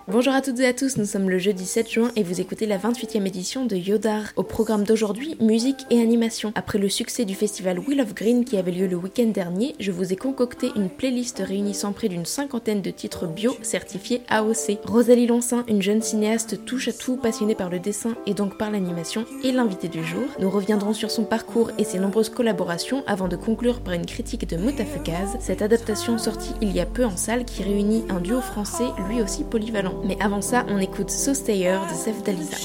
Bonjour à toutes et à tous, nous sommes le jeudi 7 juin et vous écoutez la 28e édition de Yodar. Au programme d'aujourd'hui, musique et animation. Après le succès du festival Wheel of Green qui avait lieu le week-end dernier, je vous ai concocté une playlist réunissant près d'une cinquantaine de titres bio certifiés AOC. Rosalie Lonsin, une jeune cinéaste touche à tout passionnée par le dessin et donc par l'animation, est l'invitée du jour. Nous reviendrons sur son parcours et ses nombreuses collaborations avant de conclure par une critique de Motafukaz, cette adaptation sortie il y a peu en salle qui réunit un duo français lui aussi polyvalent. Mais avant ça, on écoute So Stayer de Sef Dalisa.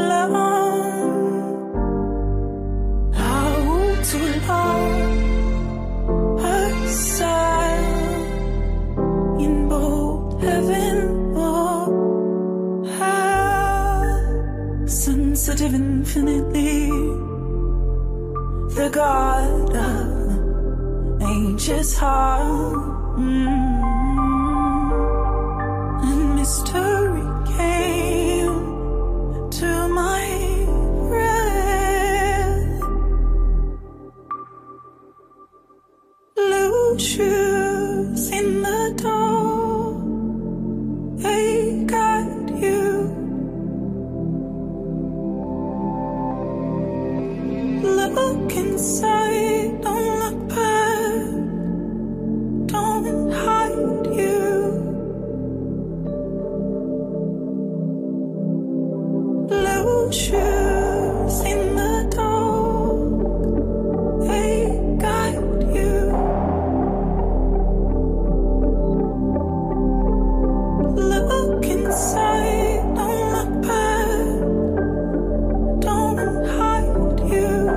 Sensitive infinitely, the god of anxious heart, and mystery came to my breath. Blue shoes in the dark, they guide you. Look inside, don't look back, don't hide you. Blue shoes in the dark, they guide you. Look inside, don't look back, don't hide you.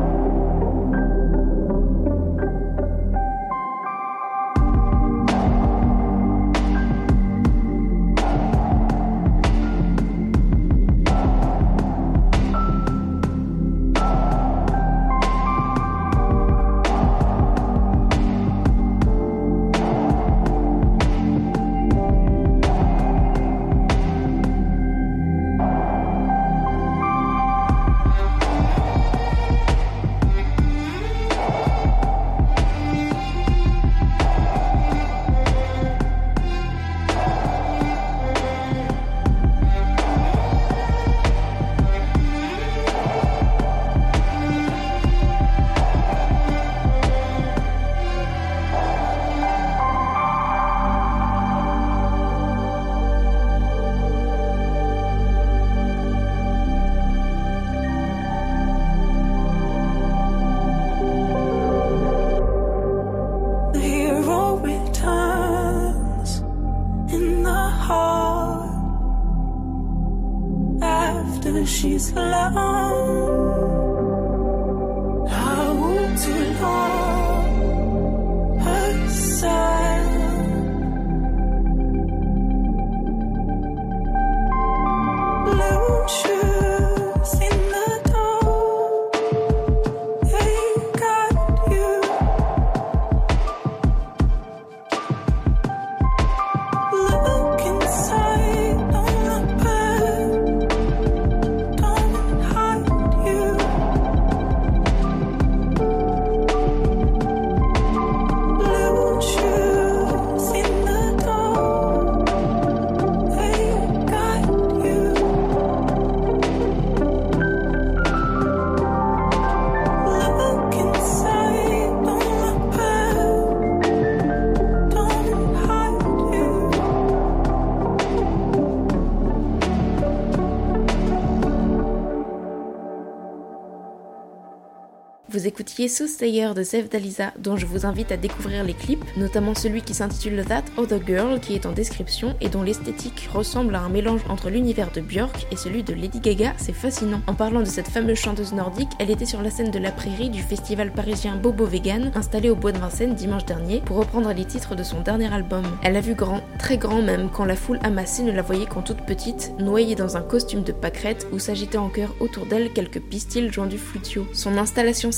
She's alone. I want to love her side. Blue shoes in the dark, they got you. Look inside, don't look back. Don't hide you. Blue shoes in the dark, they guide you. Look inside, don't look back, don't hide you. Vous écoutiez So Stayer de Sef Dalisa, dont je vous invite à découvrir les clips, notamment celui qui s'intitule That Other Girl qui est en description et dont l'esthétique ressemble à un mélange entre l'univers de Björk et celui de Lady Gaga, c'est fascinant. En parlant de cette fameuse chanteuse nordique, elle était sur la scène de la Prairie du festival parisien Bobo Vegan, installé au Bois de Vincennes dimanche dernier, pour reprendre les titres de son dernier album. Elle a vu grand, très grand même, quand la foule amassée ne la voyait qu'en toute petite, noyée dans un costume de pâquerette où s'agitaient en chœur autour d'elle quelques pistils jouant du flutio. Son installation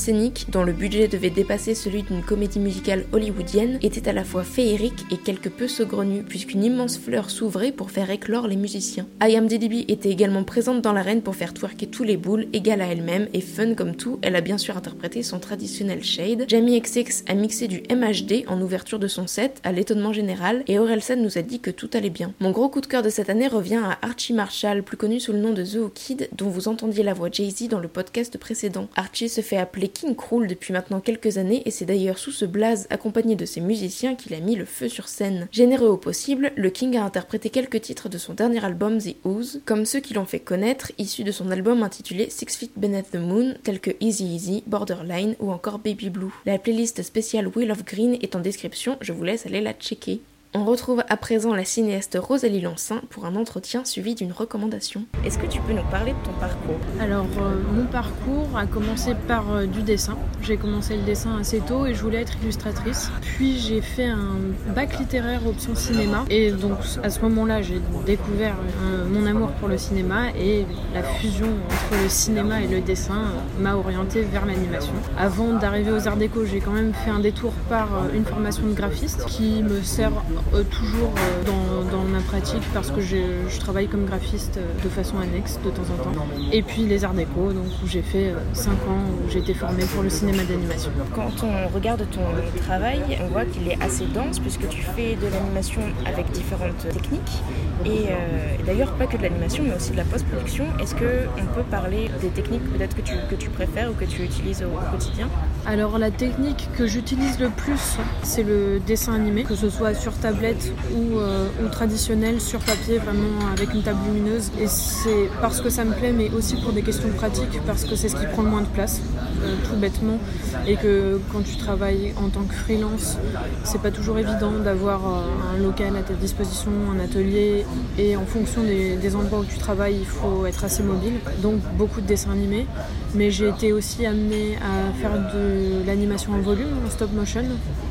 scénique, dont le budget devait dépasser celui d'une comédie musicale hollywoodienne, était à la fois féerique et quelque peu saugrenu, puisqu'une immense fleur s'ouvrait pour faire éclore les musiciens. IMDb était également présente dans l'arène pour faire twerker tous les boules, égale à elle-même et fun comme tout, elle a bien sûr interprété son traditionnel shade. Jamie XX a mixé du MHD en ouverture de son set, à l'étonnement général, et Orelsan nous a dit que tout allait bien. Mon gros coup de cœur de cette année revient à Archie Marshall, plus connu sous le nom de The Who Kid, dont vous entendiez la voix Jay-Z dans le podcast précédent. Archie se fait appeler King Krul depuis maintenant quelques années, et c'est d'ailleurs sous ce blaze accompagné de ses musiciens qu'il a mis le feu sur scène. Généreux au possible, le King a interprété quelques titres de son dernier album The Ooze, comme ceux qui l'ont fait connaître, issus de son album intitulé 6 Feet Beneath the Moon, tels que Easy Easy, Borderline ou encore Baby Blue. La playlist spéciale Wheel of Green est en description, je vous laisse aller la checker. On retrouve à présent la cinéaste Rosalie Lançin pour un entretien suivi d'une recommandation. Est-ce que tu peux nous parler de ton parcours ? Alors, mon parcours a commencé par du dessin. J'ai commencé le dessin assez tôt et je voulais être illustratrice. Puis j'ai fait un bac littéraire option cinéma. Et donc, à ce moment-là, j'ai découvert mon amour pour le cinéma et la fusion entre le cinéma et le dessin m'a orientée vers l'animation. Avant d'arriver aux Arts Déco, j'ai quand même fait un détour par une formation de graphiste qui me sert toujours dans ma pratique parce que je travaille comme graphiste de façon annexe de temps en temps. Et puis les Arts Déco, donc, où j'ai fait 5 ans, où j'ai été formée pour le cinéma d'animation. Quand on regarde ton travail, on voit qu'il est assez dense puisque tu fais de l'animation avec différentes techniques et d'ailleurs pas que de l'animation mais aussi de la post-production. Est-ce qu'on peut parler des techniques peut-être que tu préfères ou que tu utilises au quotidien ? Alors la technique que j'utilise le plus, c'est le dessin animé, que ce soit sur tablette ou traditionnel, sur papier, vraiment avec une table lumineuse. Et c'est parce que ça me plaît, mais aussi pour des questions pratiques, parce que c'est ce qui prend le moins de place, tout bêtement. Et que quand tu travailles en tant que freelance, c'est pas toujours évident d'avoir un local à ta disposition, un atelier. Et en fonction des endroits où tu travailles, il faut être assez mobile. Donc beaucoup de dessins animés. Mais j'ai été aussi amenée à faire de l'animation en volume, en stop motion,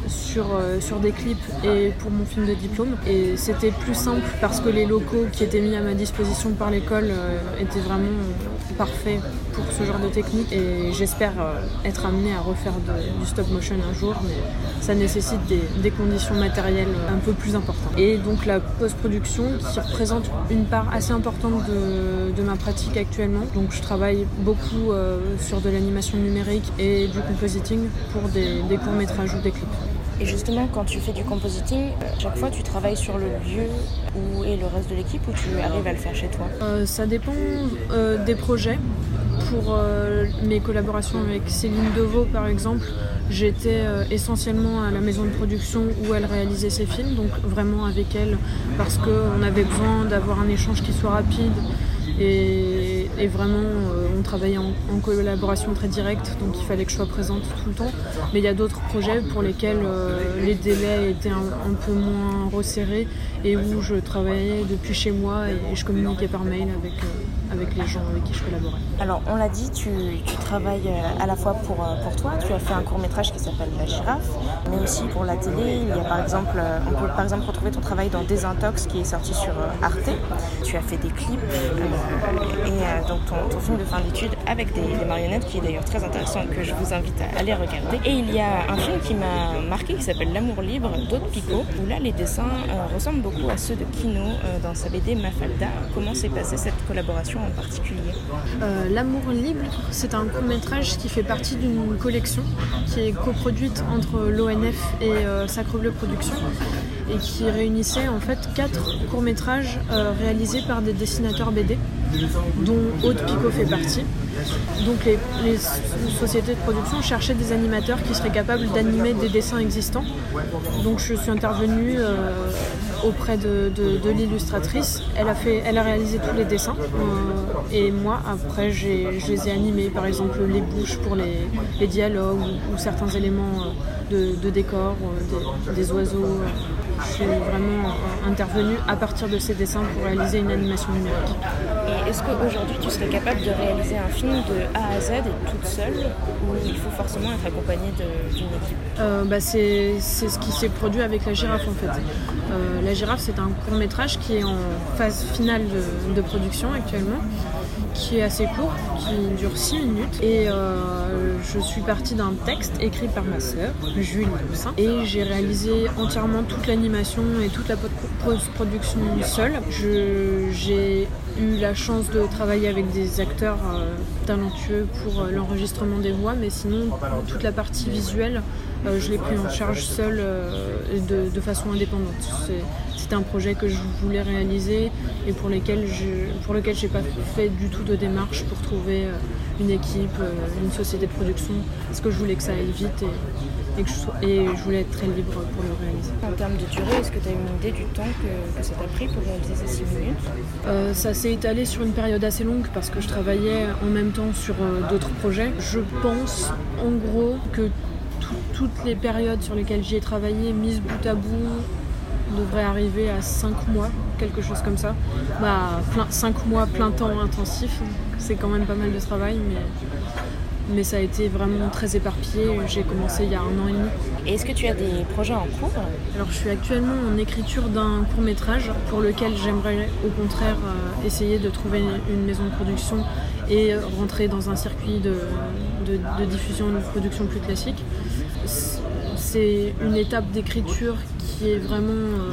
sur des clips et pour mon film de diplôme. Et c'était plus simple parce que les locaux qui étaient mis à ma disposition par l'école étaient vraiment parfaits pour ce genre de technique. Et j'espère être amenée à refaire du stop motion un jour, mais ça nécessite des conditions matérielles un peu plus importantes. Et donc la post-production qui représente une part assez importante de ma pratique actuellement. Donc je travaille beaucoup sur de l'animation numérique et du compositing pour des courts-métrages ou des clips. Et justement, quand tu fais du compositing, chaque fois tu travailles sur le lieu où est le reste de l'équipe ou tu arrives à le faire chez toi ? Ça dépend des projets. Pour mes collaborations avec Céline Deveau par exemple, j'étais essentiellement à la maison de production où elle réalisait ses films, donc vraiment avec elle parce qu'on avait besoin d'avoir un échange qui soit rapide et vraiment on travaillait en collaboration très directe, donc il fallait que je sois présente tout le temps. Mais il y a d'autres projets pour lesquels les délais étaient un peu moins resserrés et où je travaillais depuis chez moi et je communiquais par mail avec les gens avec qui je collaborais. Alors on l'a dit, tu travailles à la fois pour toi, tu as fait un court-métrage qui s'appelle La Girafe, mais aussi pour la télé. Il y a par exemple, on peut par exemple retrouver ton travail dans Désintox qui est sorti sur Arte. Tu as fait des clips et donc ton film de fin d'études avec des marionnettes qui est d'ailleurs très intéressant et que je vous invite à aller regarder. Et il y a un film qui m'a marqué qui s'appelle L'Amour Libre d'Aude Picot, où là les dessins ressemblent beaucoup à ceux de Kino dans sa BD Mafalda. Comment s'est passée cette collaboration en particulier ? L'Amour Libre, c'est un court-métrage qui fait partie d'une collection qui est coproduite entre l'ONF et Sacre Bleu Productions et qui réunissait en fait 4 courts-métrages réalisés par des dessinateurs BD dont Aude Picot fait partie. Donc les sociétés de production cherchaient des animateurs qui seraient capables d'animer des dessins existants. Donc je suis intervenue auprès de l'illustratrice. Elle a réalisé tous les dessins et moi après je les ai animés, par exemple les bouches pour les dialogues ou certains éléments de décor, des oiseaux. Je suis vraiment intervenue à partir de ces dessins pour réaliser une animation numérique. Et est-ce qu'aujourd'hui tu serais capable de réaliser un film de A à Z et toute seule, ou il faut forcément être accompagnée d'une équipe ? C'est ce qui s'est produit avec La Girafe en fait. La Girafe, c'est un court-métrage qui est en phase finale de production actuellement, qui est assez court, qui dure 6 minutes. Et je suis partie d'un texte écrit par ma sœur, Julie Toussaint, et j'ai réalisé entièrement toute l'animation et toute la post-production seule. J'ai eu la chance de travailler avec des acteurs talentueux pour l'enregistrement des voix, mais sinon toute la partie visuelle, je l'ai pris en charge seule de façon indépendante. C'était un projet que je voulais réaliser et pour lequel j'ai pas fait du tout de démarche pour trouver une équipe, une société de production, parce que je voulais que ça aille vite et je voulais être très libre pour le réaliser. En termes de durée, est-ce que tu as une idée du temps que ça t'a pris pour réaliser ces 6 minutes ? Ça s'est étalé sur une période assez longue parce que je travaillais en même temps sur d'autres projets. Je pense en gros que toutes les périodes sur lesquelles j'y ai travaillé, mises bout à bout, devraient arriver à 5 mois, quelque chose comme ça. 5 mois plein temps intensif, c'est quand même pas mal de travail, mais ça a été vraiment très éparpillé. J'ai commencé il y a 1 an et demi. Et est-ce que tu as des projets en cours ? Alors je suis actuellement en écriture d'un court-métrage pour lequel j'aimerais au contraire essayer de trouver une maison de production et rentrer dans un circuit de diffusion de production plus classique. C'est une étape d'écriture qui est vraiment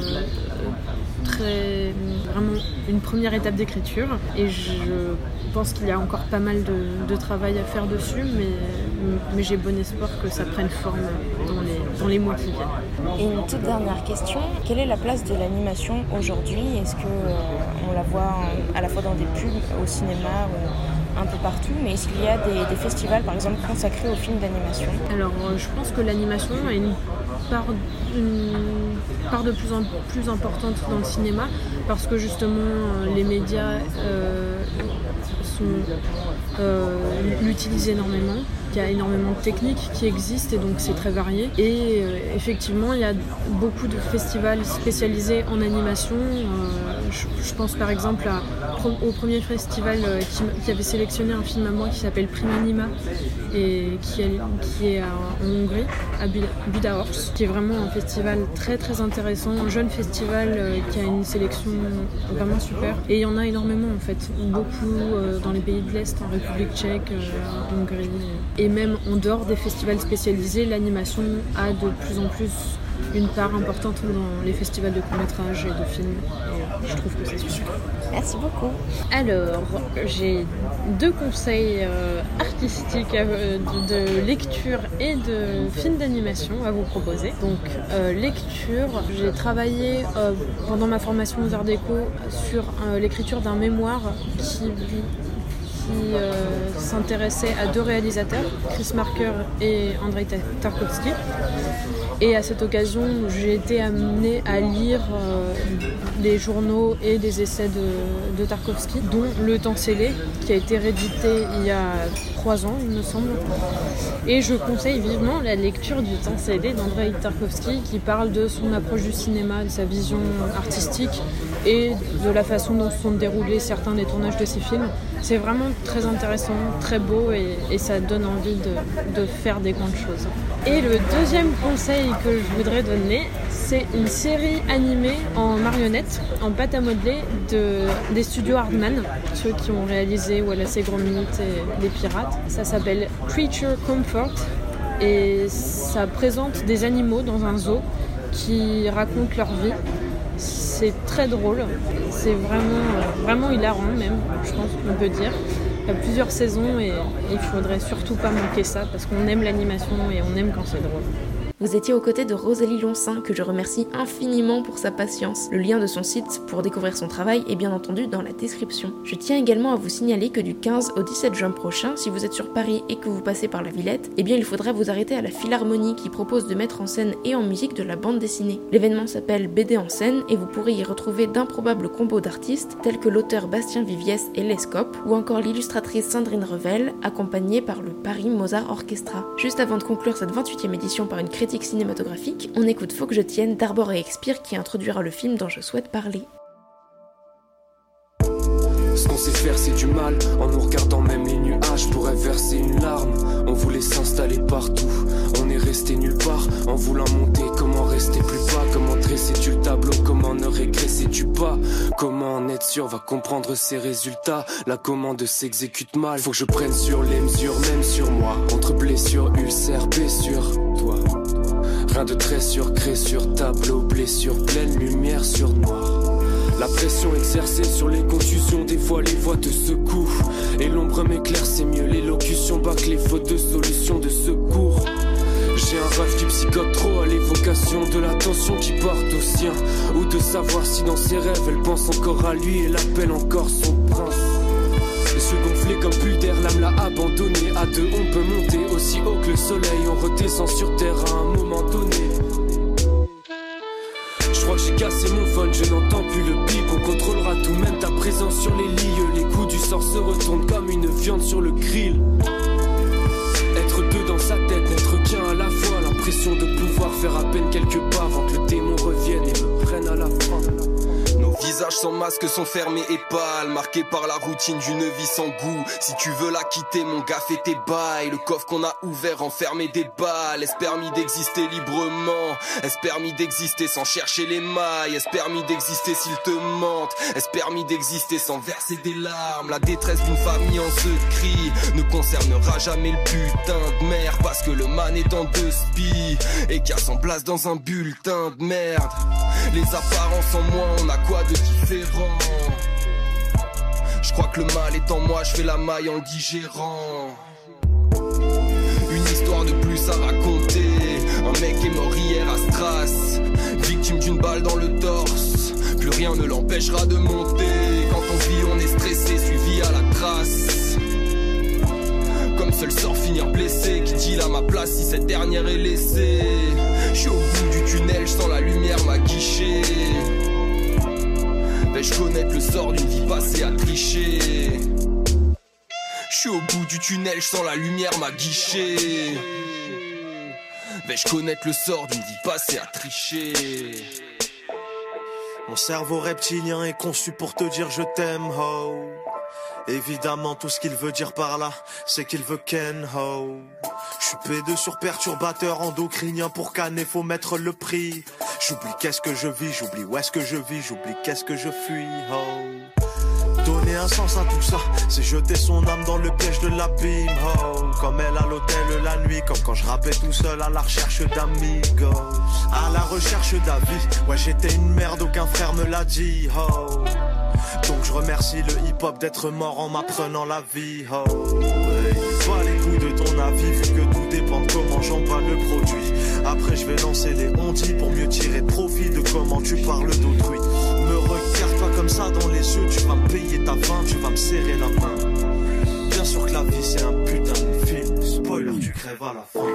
vraiment une première étape d'écriture et je pense qu'il y a encore pas mal de travail à faire dessus, mais j'ai bon espoir que ça prenne forme dans les mois qui viennent. Et une toute dernière question, quelle est la place de l'animation aujourd'hui ? Est-ce qu'on la voit à la fois dans des pubs, au cinéma ou un peu partout, mais est-ce qu'il y a des festivals par exemple consacrés aux films d'animation ? Alors je pense que l'animation a une part de plus en plus importante dans le cinéma parce que justement les médias l'utilisent énormément. Il y a énormément de techniques qui existent et donc c'est très varié. Et effectivement, il y a beaucoup de festivals spécialisés en animation. Je pense par exemple au premier festival qui avait sélectionné un film à moi qui s'appelle Prime Anima et qui est en Hongrie, à Budahorsz, qui est vraiment un festival très très intéressant, un jeune festival qui a une sélection vraiment super. Et il y en a énormément en fait, beaucoup dans les pays de l'Est, en République tchèque, en Hongrie. Et même en dehors des festivals spécialisés, l'animation a de plus en plus une part importante dans les festivals de court-métrage et de films. Et je trouve que c'est super. Merci beaucoup. Alors, j'ai 2 conseils artistiques de lecture et de films d'animation à vous proposer. Donc, lecture, j'ai travaillé pendant ma formation aux Arts Déco sur l'écriture d'un mémoire qui s'intéressait à 2 réalisateurs, Chris Marker et Andrei Tarkovsky. Et à cette occasion, j'ai été amenée à lire des journaux et des essais de Tarkovsky, dont Le Temps scellé, qui a été réédité il y a 3 ans, il me semble. Et je conseille vivement la lecture du Temps scellé d'Andrei Tarkovsky, qui parle de son approche du cinéma, de sa vision artistique et de la façon dont se sont déroulés certains des tournages de ses films. C'est vraiment très intéressant, très beau et ça donne envie de faire des grandes choses. Et le deuxième conseil que je voudrais donner, c'est une série animée en marionnettes, en pâte à modeler des studios Hardman, ceux qui ont réalisé Wallace et Gromit et Les Pirates. Ça s'appelle Creature Comfort et ça présente des animaux dans un zoo qui racontent leur vie. C'est très drôle, c'est vraiment hilarant même, je pense qu'on peut dire. Il y a plusieurs saisons et il faudrait surtout pas manquer ça parce qu'on aime l'animation et on aime quand c'est drôle. Vous étiez aux côtés de Rosalie Loncin, que je remercie infiniment pour sa patience. Le lien de son site pour découvrir son travail est bien entendu dans la description. Je tiens également à vous signaler que du 15 au 17 juin prochain, si vous êtes sur Paris et que vous passez par la Villette, eh bien il faudra vous arrêter à la Philharmonie qui propose de mettre en scène et en musique de la bande dessinée. L'événement s'appelle BD en scène et vous pourrez y retrouver d'improbables combos d'artistes tels que l'auteur Bastien Viviès et Lescope ou encore l'illustratrice Sandrine Revel, accompagnée par le Paris Mozart Orchestra. Juste avant de conclure cette 28e édition par une critique cinématographique, on écoute Faut que je tienne d'Arbor et Expire qui introduira le film dont je souhaite parler. Ce qu'on sait faire c'est du mal, en nous regardant même les nuages pourraient verser une larme. On voulait s'installer partout, on est resté nulle part. En voulant monter, comment rester plus bas? Comment dresser du tableau? Comment ne régresser du bas? Comment en être sûr va comprendre ses résultats. La commande s'exécute mal, faut que je prenne sur les mesures, même sur moi. Entre blessures, ulcères, blessures, toi. Rien de très surcré sur tableau, blessure, pleine lumière sur noir. La pression exercée sur les contusions, des fois les voix te secouent. Et l'ombre m'éclaire, c'est mieux l'élocution, bac les fautes de solutions de secours. J'ai un rêve qui psychote trop à l'évocation de l'attention qui porte au sien. Ou de savoir si dans ses rêves elle pense encore à lui et l'appelle encore son prince. Les yeux gonflés comme plus d'air, l'âme l'a abandonné. À deux on peut monter aussi haut que le soleil, on redescend sur terre à un moment donné. Je crois que j'ai cassé mon phone, je n'entends plus le bip. On contrôlera tout, même ta présence sur les lieux. Les coups du sort se retournent comme une viande sur le grill. Être deux dans sa tête, n'être qu'un à la fois. L'impression de pouvoir faire à peine quelques pas avant que le démon revienne et me prenne à la fin. Nos visages sans masque sont fermés et pâles, marqués par la routine d'une vie sans goût. Si tu veux la quitter, mon gars, fais tes bails. Le coffre qu'on a ouvert enfermé des balles. Est-ce permis d'exister librement? Est-ce permis d'exister sans chercher les mailles? Est-ce permis d'exister s'il te mente? Est-ce permis d'exister sans verser des larmes? La détresse d'une famille en secret ne concernera jamais le putain de merde, parce que le man est en deux spies et qu'il y a 100 places dans un bulletin de merde. Les apparences en moi, on a quoi de différent? Je crois que le mal est en moi, je fais la maille en le digérant. Une histoire de plus à raconter. Un mec est mort hier à Stras, victime d'une balle dans le torse. Plus rien ne l'empêchera de monter. Quand on vit on est stressé, suivi à la trace. Comme seul sort finir blessé. Qui dit là ma place si cette dernière est laissée? Je suis au bout du tunnel, je sens la lumière m'aguicher. Vais-je connaître le sort d'une vie passée à tricher? Je suis au bout du tunnel, je sens la lumière m'aguicher. Vais-je connaître le sort d'une vie passée à tricher? Mon cerveau reptilien est conçu pour te dire je t'aime, ho. Évidemment tout ce qu'il veut dire par là, c'est qu'il veut Ken ho. J'suis P2 sur perturbateur endocrinien, pour canner faut mettre le prix. J'oublie qu'est-ce que je vis, j'oublie où est-ce que je vis, j'oublie qu'est-ce que je fuis ho. Donner un sens à tout ça, c'est jeter son âme dans le piège de l'abîme ho. Comme elle à l'hôtel la nuit, comme quand je rappais tout seul à la recherche d'amigos. À la recherche d'avis, ouais j'étais une merde, aucun frère me l'a dit ho. Donc je remercie le hip-hop d'être mort en m'apprenant la vie oh. Pas les coups de ton avis, vu que tout dépend de comment j'emballe le produit. Après je vais lancer les ondits pour mieux tirer profit de comment tu parles d'autrui. Me regarde pas comme ça dans les yeux, tu vas me payer ta faim, tu vas me serrer la main. Bien sûr que la vie c'est un putain de film, spoiler tu crèves à la fin.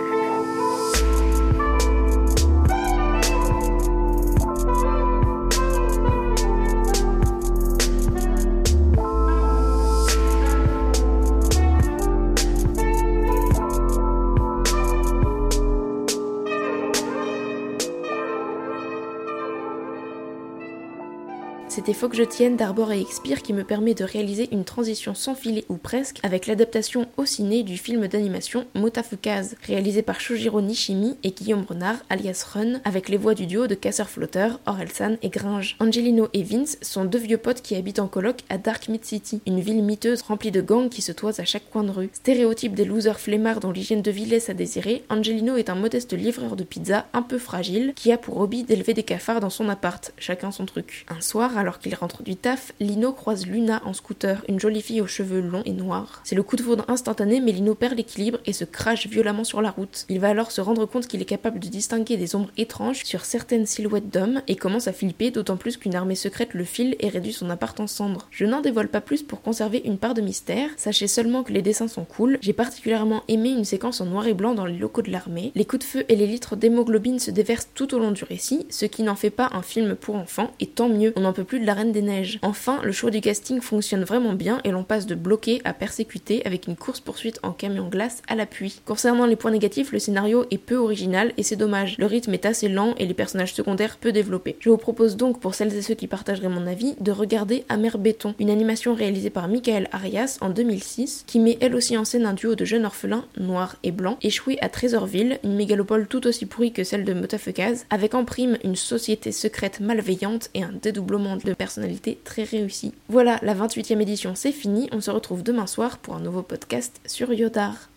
C'était Faut que je tienne d'Arbor et Expire qui me permet de réaliser une transition sans filet ou presque avec l'adaptation au ciné du film d'animation Motafukaz, réalisé par Shojiro Nishimi et Guillaume Renard alias Run, avec les voix du duo de casseurs-flotteurs Orelsan et Gringe. Angelino et Vince sont deux vieux potes qui habitent en coloc à Dark Mid City, une ville miteuse remplie de gangs qui se toisent à chaque coin de rue. Stéréotype des losers flemmards dont l'hygiène de vie laisse à désirer, Angelino est un modeste livreur de pizza un peu fragile qui a pour hobby d'élever des cafards dans son appart, chacun son truc. Un soir, alors qu'il rentre du taf, Lino croise Luna en scooter, une jolie fille aux cheveux longs et noirs. C'est le coup de foudre instantané, mais Lino perd l'équilibre et se crache violemment sur la route. Il va alors se rendre compte qu'il est capable de distinguer des ombres étranges sur certaines silhouettes d'hommes et commence à flipper, d'autant plus qu'une armée secrète le file et réduit son appart en cendres. Je n'en dévoile pas plus pour conserver une part de mystère, sachez seulement que les dessins sont cool. J'ai particulièrement aimé une séquence en noir et blanc dans les locaux de l'armée. Les coups de feu et les litres d'hémoglobine se déversent tout au long du récit, ce qui n'en fait pas un film pour enfants, et tant mieux, on n'en peut plus de la Reine des Neiges. Enfin, le choix du casting fonctionne vraiment bien et l'on passe de bloqué à persécuté avec une course-poursuite en camion glace à l'appui. Concernant les points négatifs, le scénario est peu original et c'est dommage. Le rythme est assez lent et les personnages secondaires peu développés. Je vous propose donc, pour celles et ceux qui partageraient mon avis, de regarder Amer Béton, une animation réalisée par Michael Arias en 2006, qui met elle aussi en scène un duo de jeunes orphelins, noirs et blancs, échoués à Trésorville, une mégalopole tout aussi pourrie que celle de Motafukaz, avec en prime une société secrète malveillante et un dédoublement de de personnalités très réussies. Voilà, la 28e édition c'est fini, on se retrouve demain soir pour un nouveau podcast sur Yodar.